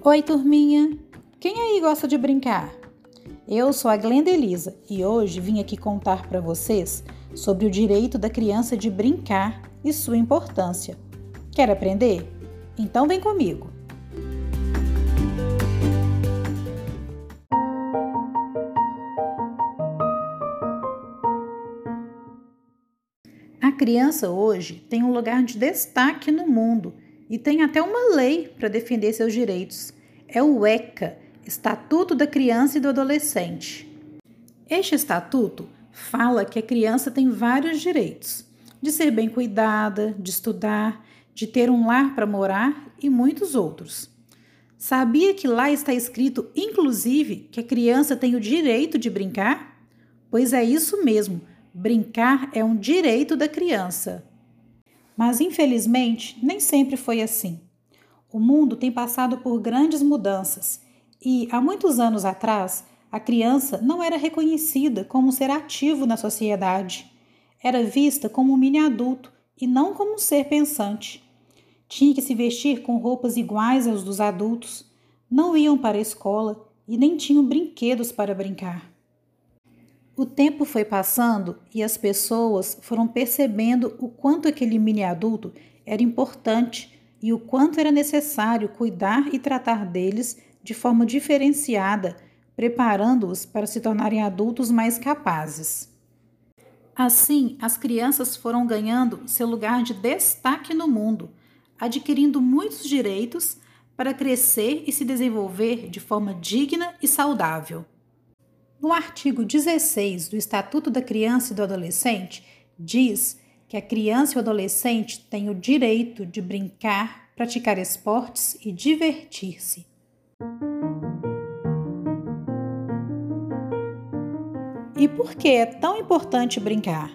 Oi, turminha! Quem aí gosta de brincar? Eu sou a Glenda Elisa e hoje vim aqui contar para vocês sobre o direito da criança de brincar e sua importância. Quer aprender? Então vem comigo! A criança hoje tem um lugar de destaque no mundo e tem até uma lei para defender seus direitos. É o ECA, Estatuto da Criança e do Adolescente. Este estatuto fala que a criança tem vários direitos: de ser bem cuidada, de estudar, de ter um lar para morar e muitos outros. Sabia que lá está escrito, inclusive, que a criança tem o direito de brincar? Pois é isso mesmo, brincar é um direito da criança. Mas, infelizmente, nem sempre foi assim. O mundo tem passado por grandes mudanças e, há muitos anos atrás, a criança não era reconhecida como um ser ativo na sociedade. Era vista como um mini-adulto e não como um ser pensante. Tinha que se vestir com roupas iguais aos dos adultos, não iam para a escola e nem tinham brinquedos para brincar. O tempo foi passando e as pessoas foram percebendo o quanto aquele mini-adulto era importante e o quanto era necessário cuidar e tratar deles de forma diferenciada, preparando-os para se tornarem adultos mais capazes. Assim, as crianças foram ganhando seu lugar de destaque no mundo, adquirindo muitos direitos para crescer e se desenvolver de forma digna e saudável. No artigo 16 do Estatuto da Criança e do Adolescente, diz que a criança e o adolescente têm o direito de brincar, praticar esportes e divertir-se. E por que é tão importante brincar?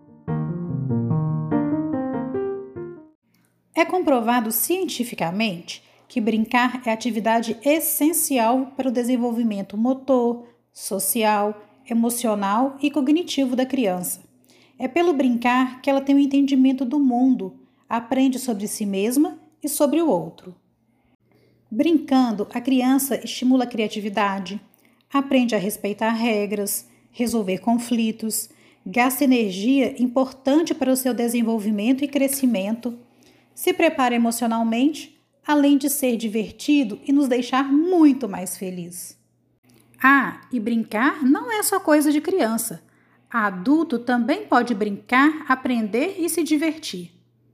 É comprovado cientificamente que brincar é atividade essencial para o desenvolvimento motor, social, emocional e cognitivo da criança. É pelo brincar que ela tem um entendimento do mundo, aprende sobre si mesma e sobre o outro. Brincando, a criança estimula a criatividade, aprende a respeitar regras, resolver conflitos, gasta energia importante para o seu desenvolvimento e crescimento, se prepara emocionalmente, além de ser divertido e nos deixar muito mais felizes. E brincar não é só coisa de criança. Adulto também pode brincar, aprender e se divertir.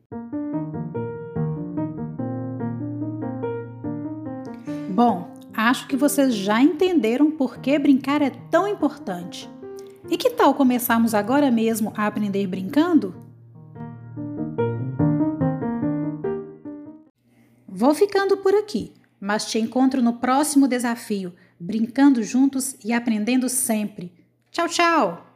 Bom, acho que vocês já entenderam por que brincar é tão importante. E que tal começarmos agora mesmo a aprender brincando? Vou ficando por aqui, mas te encontro no próximo desafio, brincando juntos e aprendendo sempre. Tchau, tchau!